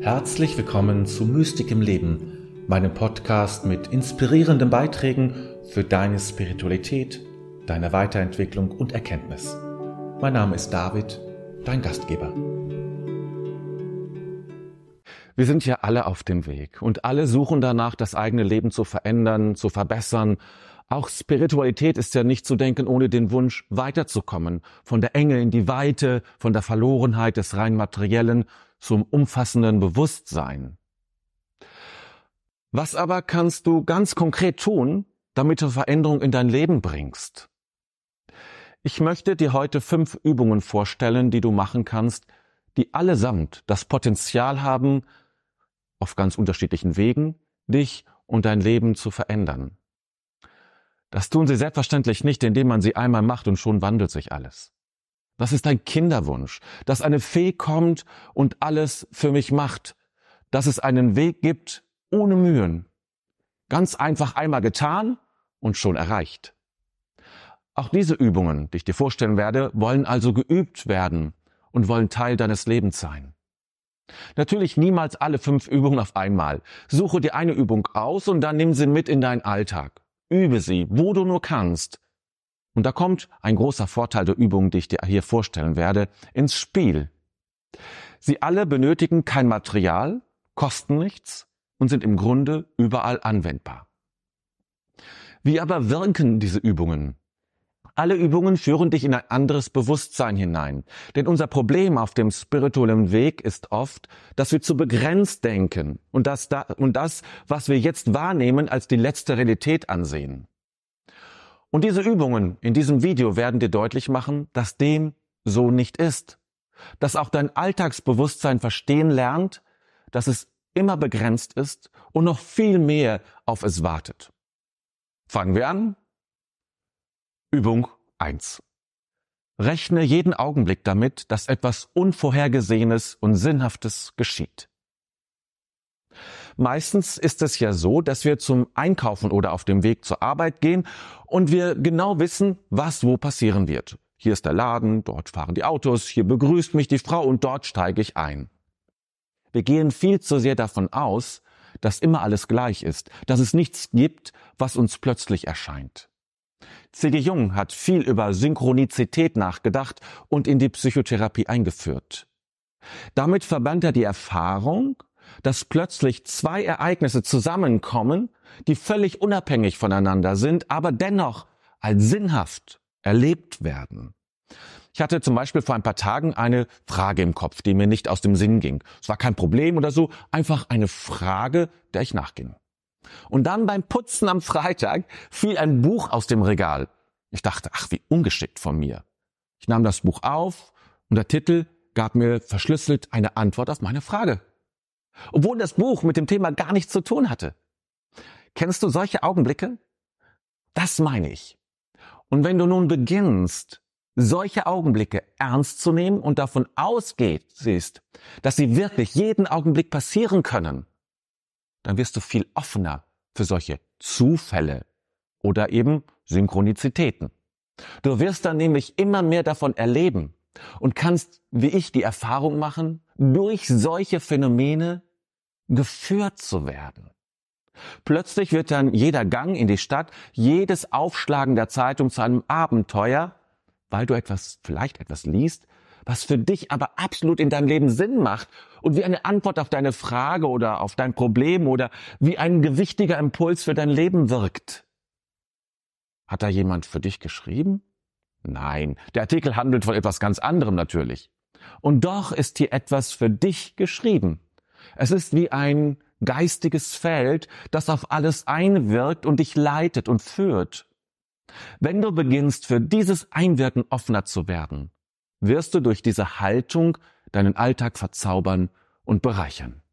Herzlich willkommen zu Mystik im Leben, meinem Podcast mit inspirierenden Beiträgen für deine Spiritualität, deine Weiterentwicklung und Erkenntnis. Mein Name ist David, dein Gastgeber. Wir sind ja alle auf dem Weg und alle suchen danach, das eigene Leben zu verändern, zu verbessern. Auch Spiritualität ist ja nicht zu denken ohne den Wunsch, weiterzukommen, von der Enge in die Weite, von der Verlorenheit des rein Materiellen zum umfassenden Bewusstsein. Was aber kannst du ganz konkret tun, damit du Veränderung in dein Leben bringst? Ich möchte dir heute 5 Übungen vorstellen, die du machen kannst, die allesamt das Potenzial haben, auf ganz unterschiedlichen Wegen, dich und dein Leben zu verändern. Das tun sie selbstverständlich nicht, indem man sie einmal macht und schon wandelt sich alles. Das ist ein Kinderwunsch, dass eine Fee kommt und alles für mich macht, dass es einen Weg gibt ohne Mühen. Ganz einfach einmal getan und schon erreicht. Auch diese Übungen, die ich dir vorstellen werde, wollen also geübt werden und wollen Teil deines Lebens sein. Natürlich niemals alle 5 Übungen auf einmal. Suche dir eine Übung aus und dann nimm sie mit in deinen Alltag. Übe sie, wo du nur kannst. Und da kommt ein großer Vorteil der Übung, die ich dir hier vorstellen werde, ins Spiel. Sie alle benötigen kein Material, kosten nichts und sind im Grunde überall anwendbar. Wie aber wirken diese Übungen? Alle Übungen führen dich in ein anderes Bewusstsein hinein. Denn unser Problem auf dem spirituellen Weg ist oft, dass wir zu begrenzt denken und das, was wir jetzt wahrnehmen, als die letzte Realität ansehen. Und diese Übungen in diesem Video werden dir deutlich machen, dass dem so nicht ist. Dass auch dein Alltagsbewusstsein verstehen lernt, dass es immer begrenzt ist und noch viel mehr auf es wartet. Fangen wir an. Übung 1. Rechne jeden Augenblick damit, dass etwas Unvorhergesehenes und Sinnhaftes geschieht. Meistens ist es ja so, dass wir zum Einkaufen oder auf dem Weg zur Arbeit gehen und wir genau wissen, was wo passieren wird. Hier ist der Laden, dort fahren die Autos, hier begrüßt mich die Frau und dort steige ich ein. Wir gehen viel zu sehr davon aus, dass immer alles gleich ist, dass es nichts gibt, was uns plötzlich erscheint. C.G. Jung hat viel über Synchronizität nachgedacht und in die Psychotherapie eingeführt. Damit verband er die Erfahrung, dass plötzlich 2 Ereignisse zusammenkommen, die völlig unabhängig voneinander sind, aber dennoch als sinnhaft erlebt werden. Ich hatte zum Beispiel vor ein paar Tagen eine Frage im Kopf, die mir nicht aus dem Sinn ging. Es war kein Problem oder so, einfach eine Frage, der ich nachging. Und dann beim Putzen am Freitag fiel ein Buch aus dem Regal. Ich dachte, ach, wie ungeschickt von mir. Ich nahm das Buch auf und der Titel gab mir verschlüsselt eine Antwort auf meine Frage. Obwohl das Buch mit dem Thema gar nichts zu tun hatte. Kennst du solche Augenblicke? Das meine ich. Und wenn du nun beginnst, solche Augenblicke ernst zu nehmen und davon ausgehst, dass sie wirklich jeden Augenblick passieren können, dann wirst du viel offener für solche Zufälle oder eben Synchronizitäten. Du wirst dann nämlich immer mehr davon erleben und kannst, wie ich, die Erfahrung machen, durch solche Phänomene geführt zu werden. Plötzlich wird dann jeder Gang in die Stadt, jedes Aufschlagen der Zeitung zu einem Abenteuer, weil du vielleicht etwas liest, was für dich aber absolut in deinem Leben Sinn macht und wie eine Antwort auf deine Frage oder auf dein Problem oder wie ein gewichtiger Impuls für dein Leben wirkt. Hat da jemand für dich geschrieben? Nein, der Artikel handelt von etwas ganz anderem natürlich. Und doch ist hier etwas für dich geschrieben. Es ist wie ein geistiges Feld, das auf alles einwirkt und dich leitet und führt. Wenn du beginnst, für dieses Einwirken offener zu werden, wirst du durch diese Haltung deinen Alltag verzaubern und bereichern.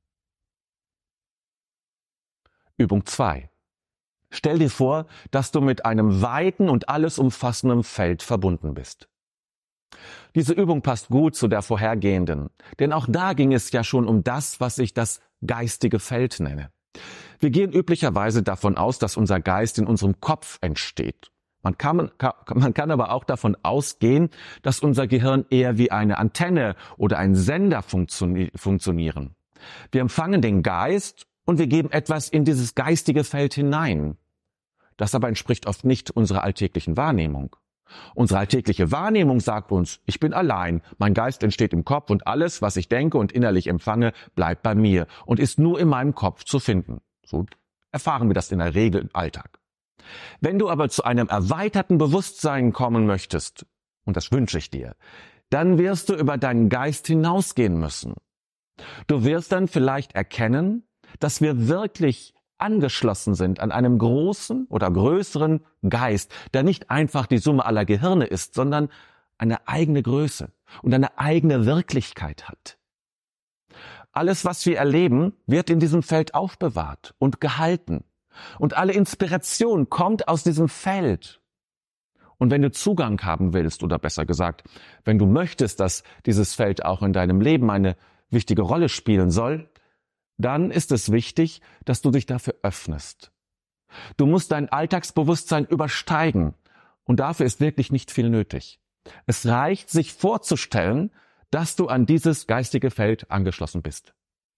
Übung 2. Stell dir vor, dass du mit einem weiten und alles umfassenden Feld verbunden bist. Diese Übung passt gut zu der vorhergehenden, denn auch da ging es ja schon um das, was ich das geistige Feld nenne. Wir gehen üblicherweise davon aus, dass unser Geist in unserem Kopf entsteht. Man kann aber auch davon ausgehen, dass unser Gehirn eher wie eine Antenne oder ein Sender funktionieren. Wir empfangen den Geist und wir geben etwas in dieses geistige Feld hinein. Das aber entspricht oft nicht unserer alltäglichen Wahrnehmung. Unsere alltägliche Wahrnehmung sagt uns, ich bin allein, mein Geist entsteht im Kopf und alles, was ich denke und innerlich empfange, bleibt bei mir und ist nur in meinem Kopf zu finden. So erfahren wir das in der Regel im Alltag. Wenn du aber zu einem erweiterten Bewusstsein kommen möchtest, und das wünsche ich dir, dann wirst du über deinen Geist hinausgehen müssen. Du wirst dann vielleicht erkennen, dass wir wirklich angeschlossen sind an einem großen oder größeren Geist, der nicht einfach die Summe aller Gehirne ist, sondern eine eigene Größe und eine eigene Wirklichkeit hat. Alles, was wir erleben, wird in diesem Feld aufbewahrt und gehalten. Und alle Inspiration kommt aus diesem Feld. Und wenn du Zugang haben willst, oder besser gesagt, wenn du möchtest, dass dieses Feld auch in deinem Leben eine wichtige Rolle spielen soll, dann ist es wichtig, dass du dich dafür öffnest. Du musst dein Alltagsbewusstsein übersteigen und dafür ist wirklich nicht viel nötig. Es reicht, sich vorzustellen, dass du an dieses geistige Feld angeschlossen bist.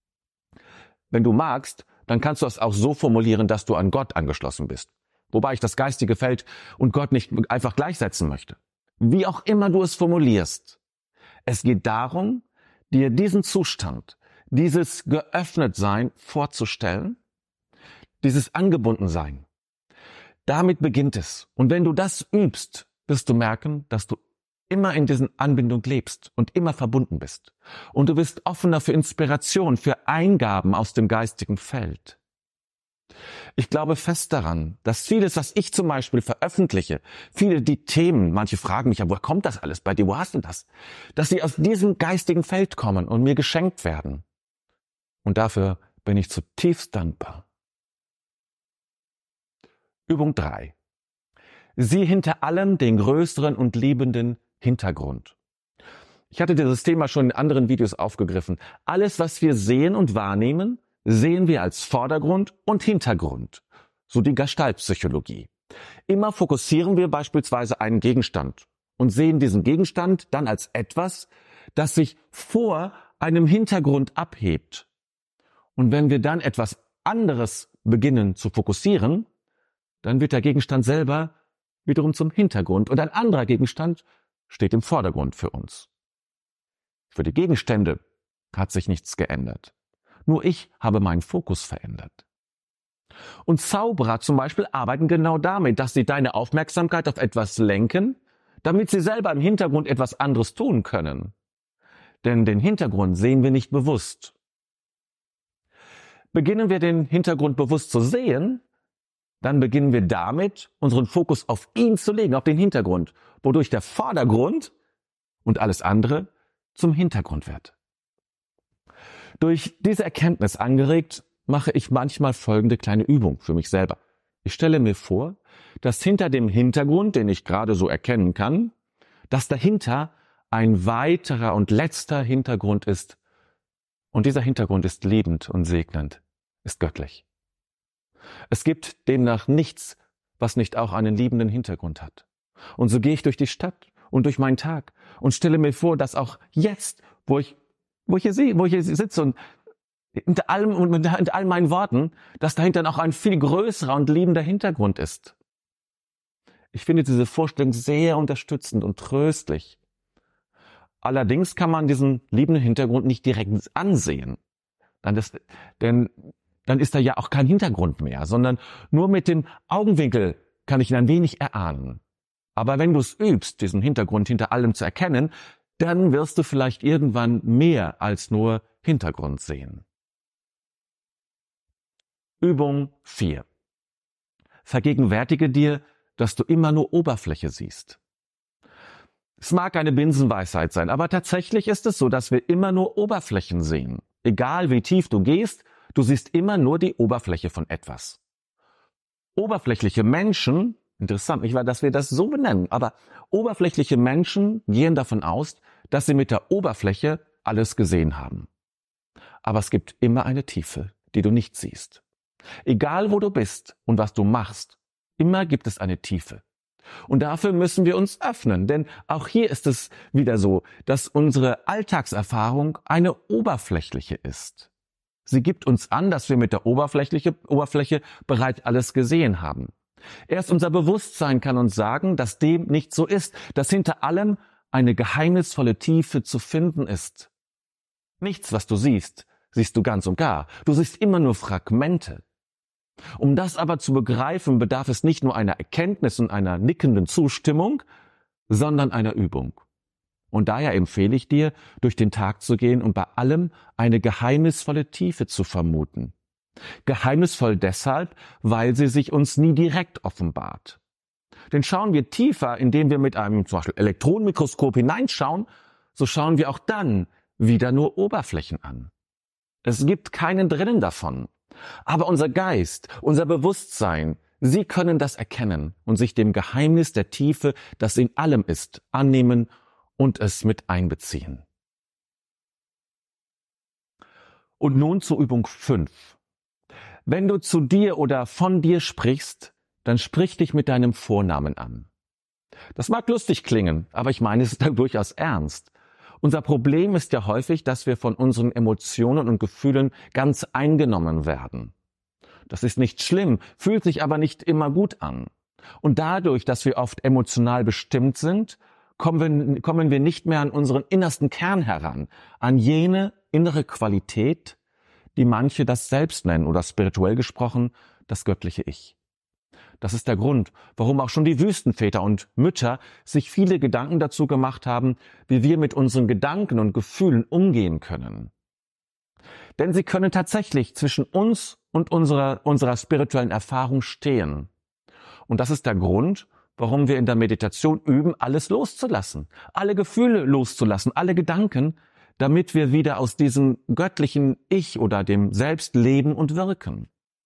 Wenn du magst, dann kannst du es auch so formulieren, dass du an Gott angeschlossen bist. Wobei ich das geistige Feld und Gott nicht einfach gleichsetzen möchte. Wie auch immer du es formulierst. Es geht darum, dir diesen Zustand, dieses Geöffnetsein vorzustellen, dieses Angebundensein. Damit beginnt es. Und wenn du das übst, wirst du merken, dass du immer in diesen Anbindung lebst und immer verbunden bist. Und du bist offener für Inspiration, für Eingaben aus dem geistigen Feld. Ich glaube fest daran, dass vieles, was ich zum Beispiel veröffentliche, viele die Themen, manche fragen mich, ja, woher kommt das alles bei dir, wo hast du das? Dass sie aus diesem geistigen Feld kommen und mir geschenkt werden. Und dafür bin ich zutiefst dankbar. Übung 3. Sieh hinter allem den größeren und liebenden Hintergrund. Ich hatte dieses Thema schon in anderen Videos aufgegriffen. Alles, was wir sehen und wahrnehmen, sehen wir als Vordergrund und Hintergrund. So die Gestaltpsychologie. Immer fokussieren wir beispielsweise einen Gegenstand und sehen diesen Gegenstand dann als etwas, das sich vor einem Hintergrund abhebt. Und wenn wir dann etwas anderes beginnen zu fokussieren, dann wird der Gegenstand selber wiederum zum Hintergrund und ein anderer Gegenstand steht im Vordergrund für uns. Für die Gegenstände hat sich nichts geändert. Nur ich habe meinen Fokus verändert. Und Zauberer zum Beispiel arbeiten genau damit, dass sie deine Aufmerksamkeit auf etwas lenken, damit sie selber im Hintergrund etwas anderes tun können. Denn den Hintergrund sehen wir nicht bewusst. Beginnen wir den Hintergrund bewusst zu sehen, dann beginnen wir damit, unseren Fokus auf ihn zu legen, auf den Hintergrund, wodurch der Vordergrund und alles andere zum Hintergrund wird. Durch diese Erkenntnis angeregt, mache ich manchmal folgende kleine Übung für mich selber. Ich stelle mir vor, dass hinter dem Hintergrund, den ich gerade so erkennen kann, dass dahinter ein weiterer und letzter Hintergrund ist. Und dieser Hintergrund ist liebend und segnend, ist göttlich. Es gibt demnach nichts, was nicht auch einen liebenden Hintergrund hat. Und so gehe ich durch die Stadt und durch meinen Tag und stelle mir vor, dass auch jetzt, wo ich hier sitze und hinter all meinen Worten, dass dahinter noch ein viel größerer und liebender Hintergrund ist. Ich finde diese Vorstellung sehr unterstützend und tröstlich. Allerdings kann man diesen liebenden Hintergrund nicht direkt ansehen. Denn dann ist da ja auch kein Hintergrund mehr, sondern nur mit dem Augenwinkel kann ich ihn ein wenig erahnen. Aber wenn du es übst, diesen Hintergrund hinter allem zu erkennen, dann wirst du vielleicht irgendwann mehr als nur Hintergrund sehen. Übung 4. Vergegenwärtige dir, dass du immer nur Oberfläche siehst. Es mag eine Binsenweisheit sein, aber tatsächlich ist es so, dass wir immer nur Oberflächen sehen. Egal wie tief du gehst, du siehst immer nur die Oberfläche von etwas. Oberflächliche Menschen, interessant, nicht wahr, dass wir das so benennen, aber oberflächliche Menschen gehen davon aus, dass sie mit der Oberfläche alles gesehen haben. Aber es gibt immer eine Tiefe, die du nicht siehst. Egal wo du bist und was du machst, immer gibt es eine Tiefe. Und dafür müssen wir uns öffnen, denn auch hier ist es wieder so, dass unsere Alltagserfahrung eine oberflächliche ist. Sie gibt uns an, dass wir mit der Oberfläche bereits alles gesehen haben. Erst unser Bewusstsein kann uns sagen, dass dem nicht so ist, dass hinter allem eine geheimnisvolle Tiefe zu finden ist. Nichts, was du siehst, siehst du ganz und gar. Du siehst immer nur Fragmente. Um das aber zu begreifen, bedarf es nicht nur einer Erkenntnis und einer nickenden Zustimmung, sondern einer Übung. Und daher empfehle ich dir, durch den Tag zu gehen und bei allem eine geheimnisvolle Tiefe zu vermuten. Geheimnisvoll deshalb, weil sie sich uns nie direkt offenbart. Denn schauen wir tiefer, indem wir mit einem zum Beispiel Elektronenmikroskop hineinschauen, so schauen wir auch dann wieder nur Oberflächen an. Es gibt keinen drinnen davon. Aber unser Geist, unser Bewusstsein, sie können das erkennen und sich dem Geheimnis der Tiefe, das in allem ist, annehmen und es mit einbeziehen. Und nun zur Übung 5. Wenn du zu dir oder von dir sprichst, dann sprich dich mit deinem Vornamen an. Das mag lustig klingen, aber ich meine es ist durchaus ernst. Unser Problem ist ja häufig, dass wir von unseren Emotionen und Gefühlen ganz eingenommen werden. Das ist nicht schlimm, fühlt sich aber nicht immer gut an. Und dadurch, dass wir oft emotional bestimmt sind, kommen wir nicht mehr an unseren innersten Kern heran, an jene innere Qualität, die manche das Selbst nennen oder spirituell gesprochen das göttliche Ich. Das ist der Grund, warum auch schon die Wüstenväter und Mütter sich viele Gedanken dazu gemacht haben, wie wir mit unseren Gedanken und Gefühlen umgehen können. Denn sie können tatsächlich zwischen uns und unserer spirituellen Erfahrung stehen. Und das ist der Grund, warum wir in der Meditation üben, alles loszulassen, alle Gefühle loszulassen, alle Gedanken, damit wir wieder aus diesem göttlichen Ich oder dem Selbst leben und wirken.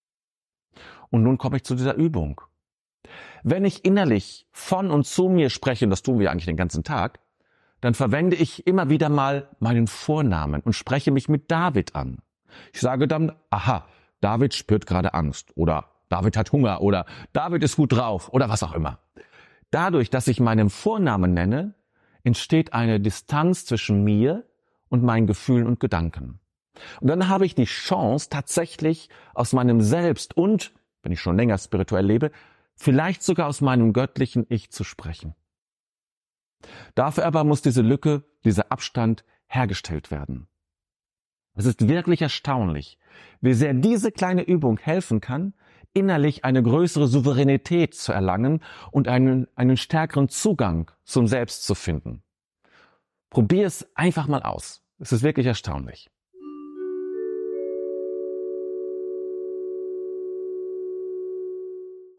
Und nun komme ich zu dieser Übung. Wenn ich innerlich von und zu mir spreche, und das tun wir eigentlich den ganzen Tag, dann verwende ich immer wieder mal meinen Vornamen und spreche mich mit David an. Ich sage dann, aha, David spürt gerade Angst oder David hat Hunger oder David ist gut drauf oder was auch immer. Dadurch, dass ich meinen Vornamen nenne, entsteht eine Distanz zwischen mir und meinen Gefühlen und Gedanken. Und dann habe ich die Chance, tatsächlich aus meinem Selbst und, wenn ich schon länger spirituell lebe, vielleicht sogar aus meinem göttlichen Ich zu sprechen. Dafür aber muss diese Lücke, dieser Abstand hergestellt werden. Es ist wirklich erstaunlich, wie sehr diese kleine Übung helfen kann, innerlich eine größere Souveränität zu erlangen und einen stärkeren Zugang zum Selbst zu finden. Probier es einfach mal aus. Es ist wirklich erstaunlich.